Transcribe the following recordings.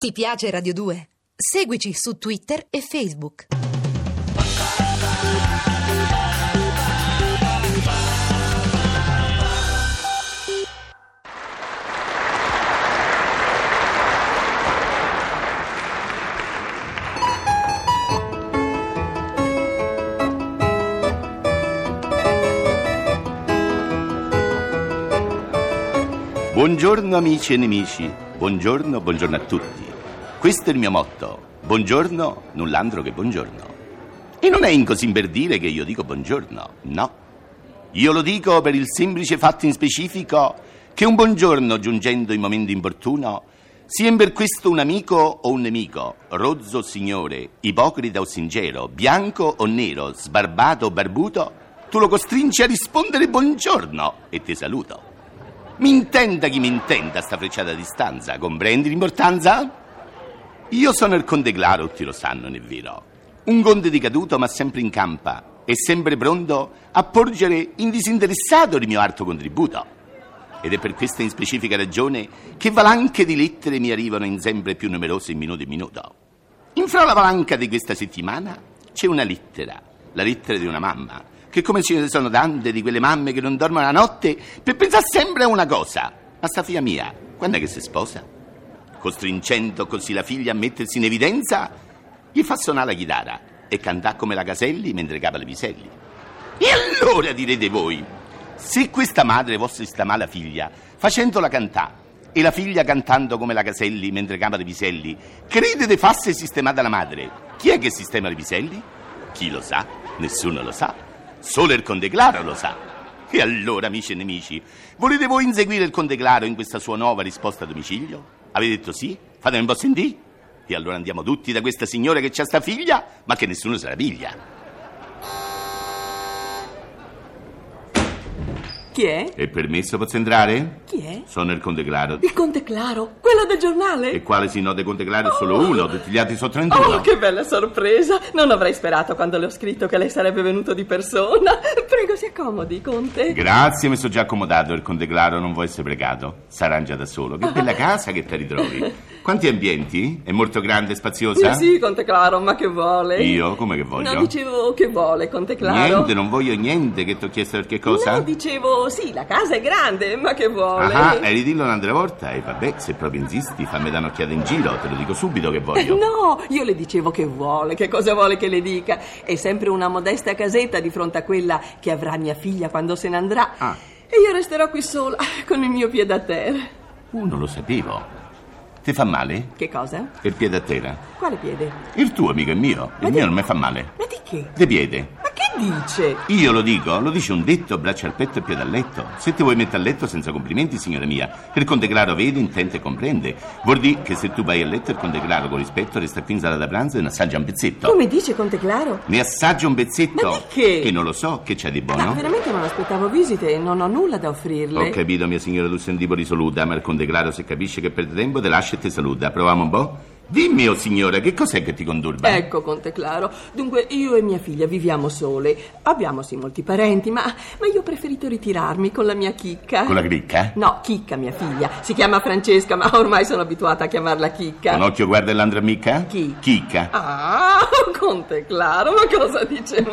Ti piace Radio 2? Seguici su Twitter e Facebook. Buongiorno amici e nemici, buongiorno a tutti. Questo è il mio motto: buongiorno, null'altro che buongiorno. E non è in così per dire che io dico buongiorno, no. Io lo dico per il semplice fatto in specifico che un buongiorno, giungendo in momento importuno, sia per questo un amico o un nemico, rozzo o signore, ipocrita o sincero, bianco o nero, sbarbato o barbuto, tu lo costringi a rispondere buongiorno e ti saluto. Mi intenda chi mi intenda sta frecciata a distanza, comprendi l'importanza? Io sono il conte Claro, tutti lo sanno, non è vero? Un conte decaduto ma sempre in campa e sempre pronto a porgere in disinteressato il mio alto contributo. Ed è per questa in specifica ragione che valanghe di lettere mi arrivano in sempre più numerose in minuto in minuto. In fra la valanca di questa settimana c'è una lettera, la lettera di una mamma, che come ce ne sono tante di quelle mamme che non dormono la notte per pensare sempre a una cosa: ma sta figlia mia, quando è che si sposa? Costringendo così la figlia a mettersi in evidenza, gli fa suonare la chitarra e cantare come la Caselli mentre cava le piselli. E allora direte voi, se questa madre fosse sistemare la figlia facendola cantare e la figlia cantando come la Caselli mentre cava le piselli, credete fosse sistemata la madre? Chi è che sistema le piselli? Chi lo sa? Nessuno lo sa. Solo il conte Claro lo sa. E allora, amici e nemici, volete voi inseguire il conte Claro in questa sua nuova risposta a domicilio? Avete detto sì? Fatemi un po' sentire? E allora andiamo tutti da questa signora che c'ha sta figlia, ma che nessuno se la piglia. Chi è? È permesso, posso entrare? Chi è? Sono il conte Claro. Il conte Claro, quello del giornale? E quale si nota conte Claro è solo uno, tutti gli altri sono 31. Oh, che bella sorpresa! Non avrei sperato quando le ho scritto che lei sarebbe venuto di persona. Prego, si accomodi, conte. Grazie, mi sono già accomodato, il conte Claro non vuoi essere pregato. Si arrangia da solo. Che bella casa che ti ritrovi. Quanti ambienti? È molto grande e spaziosa? Sì, conte Claro, ma che vuole? Io? Come che voglio? No, dicevo che vuole, conte Claro. Niente, non voglio niente, che ti ho chiesto per che cosa? No, dicevo, sì, la casa è grande, ma che vuole? Ah, eri dillo un'altra volta? E vabbè, se proprio insisti, fammi dare un'occhiata in giro, te lo dico subito che voglio. No, io le dicevo che vuole, che cosa vuole che le dica? È sempre una modesta casetta di fronte a quella che avrà mia figlia quando se ne andrà. Ah. E io resterò qui sola, con il mio piede a terra. Non lo sapevo. Ti fa male? Che cosa? Il piede a terra. Quale piede? Il tuo, amico, è mio. Il mio non mi fa male. Ma di che? De piede. Ma che dice? Io lo dico, lo dice un detto: braccia al petto e piede a letto. Se ti vuoi mettere a letto senza complimenti, signora mia, il conte Claro vede, intende e comprende. Vuol dire che se tu vai a letto, il conte Claro con rispetto resta qui in sala da pranzo e ne assaggia un pezzetto. Come dice conte Claro? Ne assaggia un pezzetto. Ma di che? Che non lo so, che c'è di buono? No, veramente non aspettavo visite, non ho nulla da offrirle. Ho capito, mia signora, tu sei un tipo risoluta, ma il conte Claro, se capisce che perde tempo, te lascia e ti saluta. Proviamo un po'? Dimmi, oh signora, che cos'è che ti condurba? Ecco, conte Claro, dunque io e mia figlia viviamo sole. Abbiamo sì molti parenti, ma io ho preferito ritirarmi con la mia Chicca. Con la cricca? No, Chicca, mia figlia. Si chiama Francesca, ma ormai sono abituata a chiamarla Chicca. Un occhio guarda l'altra amica? Chi? Chicca. Ah, conte Claro, ma cosa dice?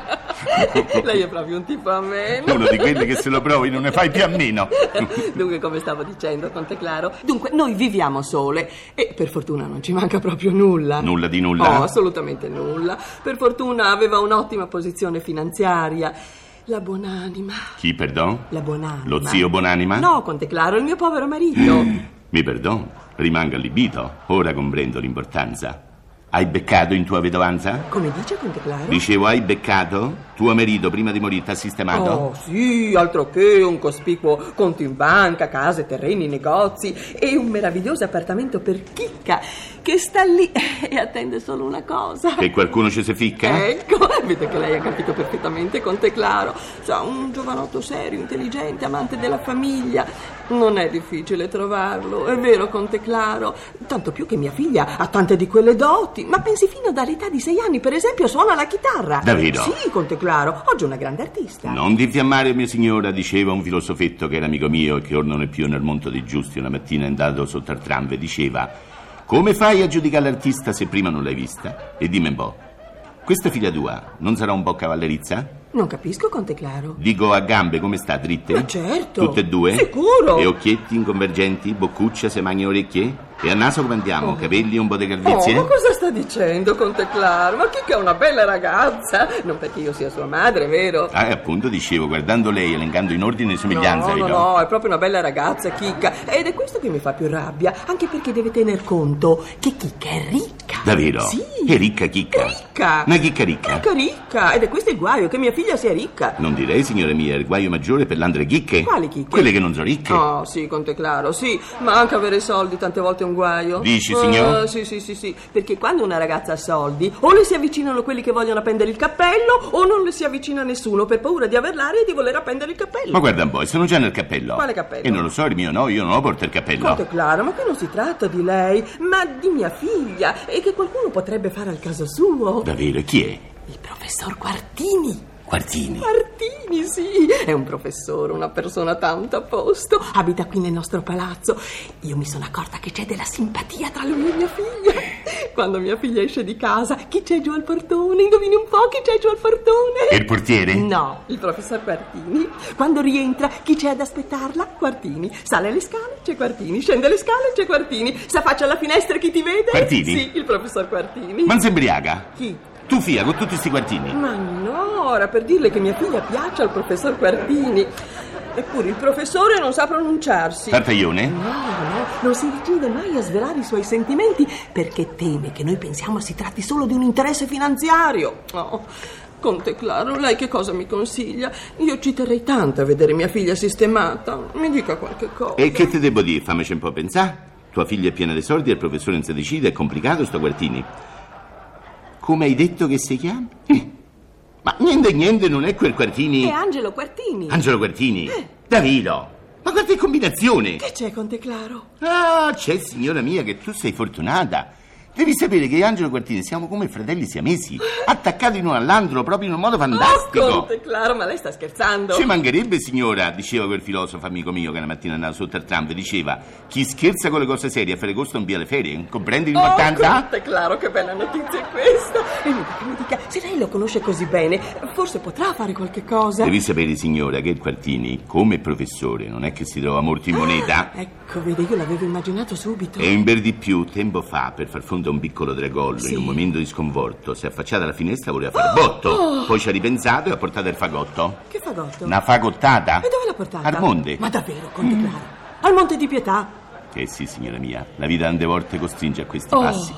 Lei è proprio un tipo a meno. Uno di quelli che se lo provi non ne fai più a meno. Dunque, come stavo dicendo, conte Claro, dunque noi viviamo sole e per fortuna non ci manca proprio nulla. Nulla di nulla? Oh, assolutamente nulla. Per fortuna aveva un'ottima posizione finanziaria. La buonanima. Chi, perdon? La buonanima. Lo zio Buonanima? No, conte Claro, il mio povero marito. Mi perdon, rimango allibito. Ora comprendo l'importanza. Hai beccato in tua vedovanza? Come dice conte Claro? Dicevo, hai beccato? Tuo marito prima di morire t'ha sistemato? Oh, sì, altro che un cospicuo conto in banca, case, terreni, negozi e un meraviglioso appartamento per Chicca che sta lì e attende solo una cosa. Che qualcuno ci si ficca? Ecco, vedo che lei ha capito perfettamente, conte Claro. Sa, un giovanotto serio, intelligente, amante della famiglia. Non è difficile trovarlo, è vero, conte Claro. Tanto più che mia figlia ha tante di quelle doti. Ma pensi fino dall'età di 6 anni, per esempio, suona la chitarra. Davvero? Sì, conte Claro, oggi è una grande artista. Non ti infiammare, mia signora, diceva un filosofetto che era amico mio e che ora non è più nel mondo dei giusti. Una mattina è andato sotto al tram e diceva: Come fai a giudicare l'artista se prima non l'hai vista? E dimmi un po', questa figlia tua non sarà un po' cavallerizza? Non capisco, Conte Claro. Dico, a gambe come sta, dritte? Ma certo. Tutte e due? Sicuro. E occhietti inconvergenti, boccuccia, se magna orecchie? E a naso come andiamo? Capelli, un po' di calvizie? Ma cosa sta dicendo, Conte Claro? Ma Chicca è una bella ragazza. Non perché io sia sua madre, vero? Appunto dicevo, guardando lei, elencando in ordine e somiglianza. No, è proprio una bella ragazza, Chicca. Ed è questo che mi fa più rabbia. Anche perché deve tener conto che Chicca è ricca. Davvero? Sì. È ricca, Chicca? Ricca. Una Chicca ricca? Ricca. Ed è questo il guaio, che mia figlia sia ricca. Non direi, signora mia, il guaio maggiore per l'andre chicche. Quali chicche? Quelle che non sono ricche. Oh, sì, Conte Claro, sì. Ma anche avere soldi tante volte è un guaio. Dici, signor? Sì. Perché quando una ragazza ha soldi, o le si avvicinano quelli che vogliono appendere il cappello, o non le si avvicina nessuno per paura di aver l'aria e di voler appendere il cappello. Ma guarda un po', sono già nel cappello. Quale cappello? E non lo so, il mio no, io non ho portato il cappello. Conte Claro, ma qui non si tratta di lei, ma di mia figlia, e che qualcuno potrebbe fare al caso suo. Davvero? Chi è? Il professor Quartini. Quartini? Quartini, sì. È un professore, una persona tanto a posto. Abita qui nel nostro palazzo. Io mi sono accorta che c'è della simpatia tra lui e mia figlia. Quando mia figlia esce di casa, chi c'è giù al portone? Indovini un po' chi c'è giù al portone? E il portiere? No, il professor Quartini. Quando rientra, chi c'è ad aspettarla? Quartini. Sale le scale, c'è Quartini. Scende le scale, c'è Quartini. S'affaccia alla finestra, chi ti vede? Quartini? Sì, il professor Quartini. Ma non si ubriaca? Chi? Tu fia con tutti sti quartini? Ma no, era per dirle che mia figlia piace al professor Quartini. Eppure il professore non sa pronunciarsi. Tartaglione? No, non si decide mai a svelare i suoi sentimenti perché teme che noi pensiamo si tratti solo di un interesse finanziario. Oh, Conte Claro, lei che cosa mi consiglia? Io ci terrei tanto a vedere mia figlia sistemata. Mi dica qualche cosa. E che te devo dire? Fammici un po' pensare. Tua figlia è piena di soldi e il professore non si decide, è complicato sto Quartini. Come hai detto che si chiama? Ma niente, non è quel Quartini. È Angelo Quartini. Angelo Quartini? Davvero? Ma guarda che combinazione! Che c'è, Conte Claro? Ah, c'è, signora mia, che tu sei fortunata. Devi sapere che Angelo Quartini siamo come fratelli siamesi, attaccati l'uno all'altro proprio in un modo fantastico. Oh, Conte Claro, ma lei sta scherzando? Ci mancherebbe, signora, diceva quel filosofo amico mio che una mattina andava sotto al tram e diceva: chi scherza con le cose serie a fare costo non via le ferie. Comprendi l'importanza? Conte Claro, che bella notizia è questa. E mi dica, se lei lo conosce così bene, forse potrà fare qualche cosa. Devi sapere, signora, che il Quartini, come professore, non è che si trova molto in moneta. Ecco, vede, io l'avevo immaginato subito. E in di più, tempo fa, per far fronte a un piccolo dragollo, sì, in un momento di sconforto, si è affacciata alla finestra e voleva fare botto. Poi ci ha ripensato e ha portato il fagotto. Che fagotto? Una fagottata. E dove l'ha portata? Al monte. Ma davvero, Conte Claro? Al Monte di Pietà? Sì, signora mia, la vita tante volte costringe a questi passi.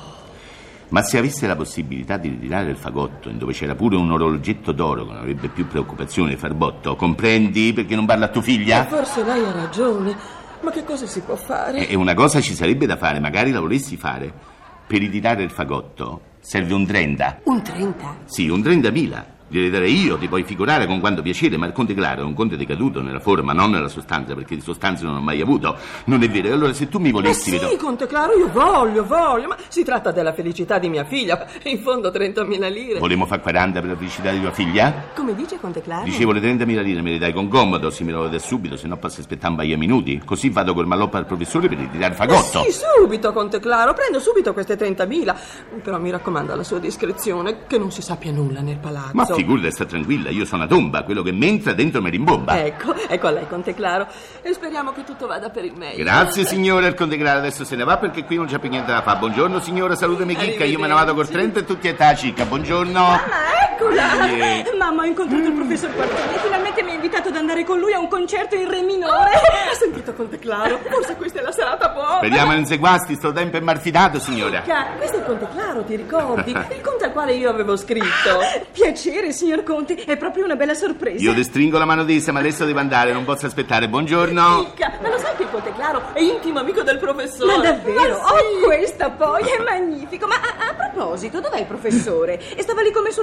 Ma se avesse la possibilità di ritirare il fagotto, in dove c'era pure un orologetto d'oro che non avrebbe più preoccupazione di far botto, comprendi perché non parla a tua figlia? Forse lei ha ragione, ma che cosa si può fare? E una cosa ci sarebbe da fare, magari la volessi fare. Per ritirare il fagotto serve un 30. Un 30? Sì, un 30.000. Gliele darei io, ti puoi figurare con quanto piacere, ma il Conte Claro è un conte decaduto nella forma, non nella sostanza, perché di sostanza non ho mai avuto. Non è vero? Allora se tu mi volessi... Ma sì, Conte Claro, io voglio, ma si tratta della felicità di mia figlia. In fondo 30.000 lire. Volemo fare 40 per la felicità di tua figlia? Come dice Conte Claro? Dicevo, le 30.000 lire me le dai con comodo, se me lo dai subito, se no posso aspettare un paio di minuti. Così vado col maloppa al professore per ritirare il fagotto. Sì, subito, Conte Claro, prendo subito queste 30.000. Però mi raccomanda la sua discrezione, che non si sappia nulla nel palazzo. Ma figurati, sta tranquilla, io sono a tomba, quello che mi entra dentro mi rimbomba. Ecco a lei, Conte Claro, e speriamo che tutto vada per il meglio. Grazie, signora, il Conte Claro adesso se ne va perché qui non c'è più niente da fare. Buongiorno, signora, salutami Chicca, io me ne vado col 30 e tutti a ta Chicca, buongiorno. Mamma, eccola! Mamma, ho incontrato il professor Quartini e finalmente mi ha invitato ad andare con lui a un concerto in re minore. Ha sentito, Conte Claro? Forse questa è la serata buona. Speriamo non si guasti, sto tempo è martidato, signora. Questo è il Conte Claro, ti ricordi? Il conte al quale io avevo scritto. Piacere, signor Conte, è proprio una bella sorpresa. Io ti stringo la mano tesa, ma adesso devo andare, non posso aspettare. Buongiorno. Chicca, ma lo sai che il Conte Claro è intimo amico del professore? Ma davvero? Ma sì. Oh, questa poi è magnifico. Ma a proposito, dov'è il professore? E stava lì come sulla porta.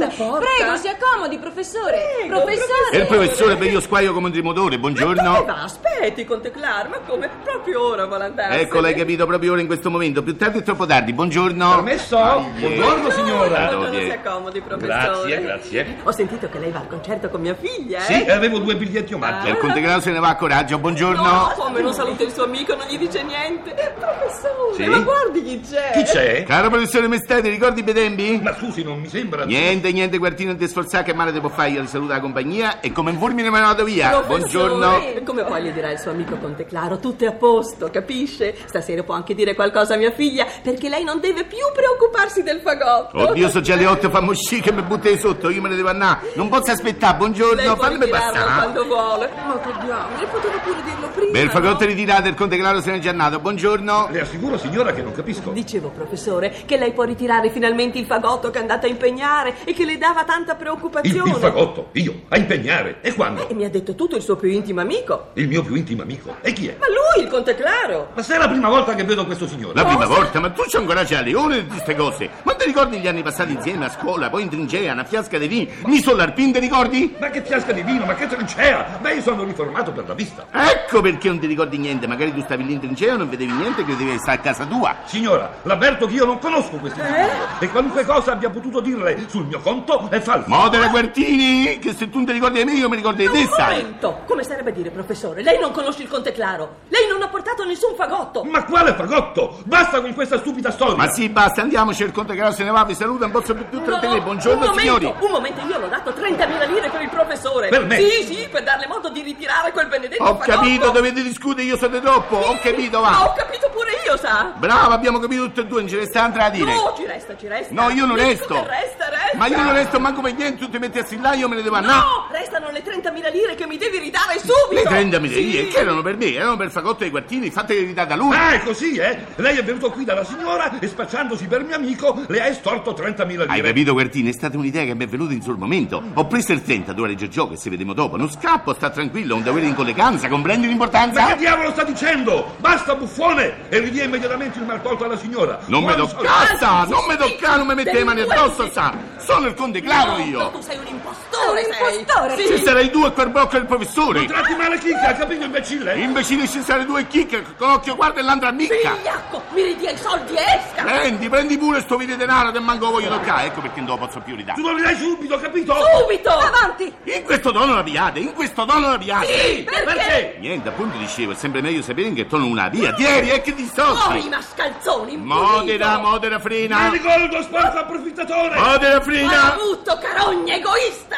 sulla porta. Prego, si accomodi, professore. Professore. E il professore per io squaio come un trimotore, buongiorno. Dove va? Aspetti, Conte Claro, ma come? Proprio ora vuole andarsene? Ecco, l'hai capito proprio ora in questo momento. Più tardi è troppo tardi. Buongiorno. Permesso? Buongiorno signora. Buongiorno, si accomodi, professore. Grazie. Ho sentito che lei va al concerto con mia figlia, eh? Sì, avevo 2 biglietti omaggio. E il Conte Claro se ne va a coraggio. Buongiorno. No, come non saluta il suo amico, non gli dice niente. Professore, Sì? ma guardi chi c'è. Chi c'è? Caro professore Mestete, ricordi i bei tempi? Ma scusi, non mi sembra. Niente, Guartino, non ti sforzare, che male ti può fare. Io ti saluto la compagnia e come un fulmine me ne vado via. Professore, Buongiorno. come poi gli dirà il suo amico Conte Claro, tutto è a posto, capisce? Stasera può anche dire qualcosa a mia figlia, perché lei non deve più preoccuparsi del fagotto. Oddio, so già le 8, fammi uscire che mi butti sotto, io me ne devo andare. Non posso aspettare, buongiorno, Lei può fatemi ritirarlo passare. quando vuole. Ma che diavolo, poteva pure dirlo prima. Per fagotto no? ritirate, il Conte Claro se n'è già andato. Buongiorno. Le assicuro signora che non capisco. Dicevo, professore, che lei può ritirare finalmente il fagotto che è andata a impegnare e che le dava tanta Il preoccupazione. fagotto, io, a impegnare. E quando? E mi ha detto tutto il suo più intimo amico. Il mio più intimo amico. E chi è? Ma lui, il Conte Claro. Ma se è la prima volta che vedo questo signore. La prima volta, ma tu c'è ancora c'è a leone di queste cose. Ma ti ricordi gli anni passati insieme a scuola, poi in trincea, una fiasca di vino, mi sollarpin, ti ricordi? Ma che fiasca di vino, ma che trincea! Ma io sono riformato per la vista. Ecco perché non ti ricordi niente, magari tu stavi lì in trincea, non vedevi niente, credevi stare a casa tua. Signora, l'avverto che io non conosco questi signori. E qualunque cosa abbia potuto dirle sul mio conto è falso. Modera Guartini, che se tu non ti ricordi di me, io mi ricordo di te, Un sai. momento, come sarebbe a dire, professore? Lei non conosce il Conte Claro. Lei non ha portato nessun fagotto. Ma quale fagotto? Basta con questa stupida storia. Ma sì, basta, andiamoci, il Conte Claro se ne va, vi saluta, non posso più trattenere. Buongiorno, un signori. Un momento, io l'ho dato 30.000 lire per il professore. Per me? Sì, per darle modo di ritirare quel benedetto Ho fagotto. capito, dovete discutere, io so di troppo, ho capito, Ma va. ho capito pure io, sa. Bravo, abbiamo capito tutti e due, non ce ne sta altra da dire. No, ci resta. No, io non Mi resto. dico che resta. Ma io non resto manco per niente, tu ti metti a là, io me ne devo andare. No, restano le 30.000 lire che mi devi ridare subito. Le 30.000 lire, Sì. che erano per me, erano per il fagotto dei Guartini, fate eredità da lui. Ah, è così, eh? Lei è venuto qui dalla signora e spacciandosi per mio amico le ha estorto 30.000 lire. Hai capito, Guartini? È stata un'idea che mi è venuta in sul momento. Ho preso il 30, due legge gioco e se vediamo dopo. Non scappo, sta tranquillo, non avere in colleganza, comprendi Ma l'importanza? che diavolo sta dicendo? Basta, buffone! E ridia immediatamente il mal tolto alla signora. Non mi Buon toccare, sa! Non mi Sì, toccare, non mi mette le mani addosso, sa! Sono il Conte Claro io! No, tu sei un impostore, Un impostore, sei. Ci sarai tu e quel brocco del professore! Non tratti male chicca, capito imbecille? Imbecille ci sarai tu e chicca, con occhio guarda e l'altra ammicca! Figliacco, mi ridia i soldi e esca. Prendi pure sto video denaro che manco voglio toccare, ecco perché non te lo posso più ridare. Tu lo ridai subito, capito? Subito. Avanti. In questo tono la piate, in questo tono la piate! Sì, perché? Niente, appunto dicevo, è sempre meglio sapere in che tono una via. Tieni, e che ti Fuori sossi! i mascalzoni, Modera, frena! Manigoldo, sporco approfittatore! Modera, frena! Avuto carogna egoista.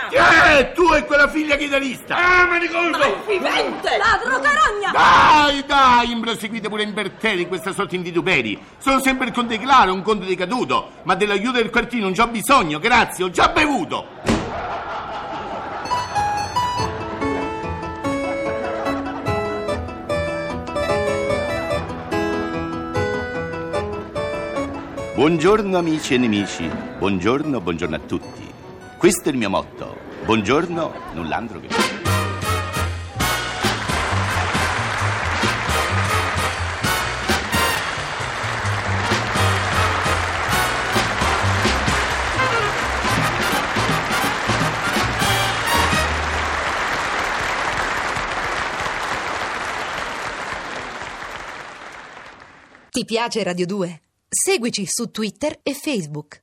Tu e quella figlia chitarrista! Ah, Manigoldo! Malvivente. Ladro carogna. Dai, improseguite pure imperteri in questa sorta di vituperi. Sono sempre il Conte Claro, un conte decaduto, ma dell'aiuto del quartino non c'ho bisogno, grazie, ho già bevuto. Buongiorno amici e nemici, buongiorno a tutti. Questo è il mio motto, buongiorno, null'altro che... Ti piace Radio 2? Seguici su Twitter e Facebook.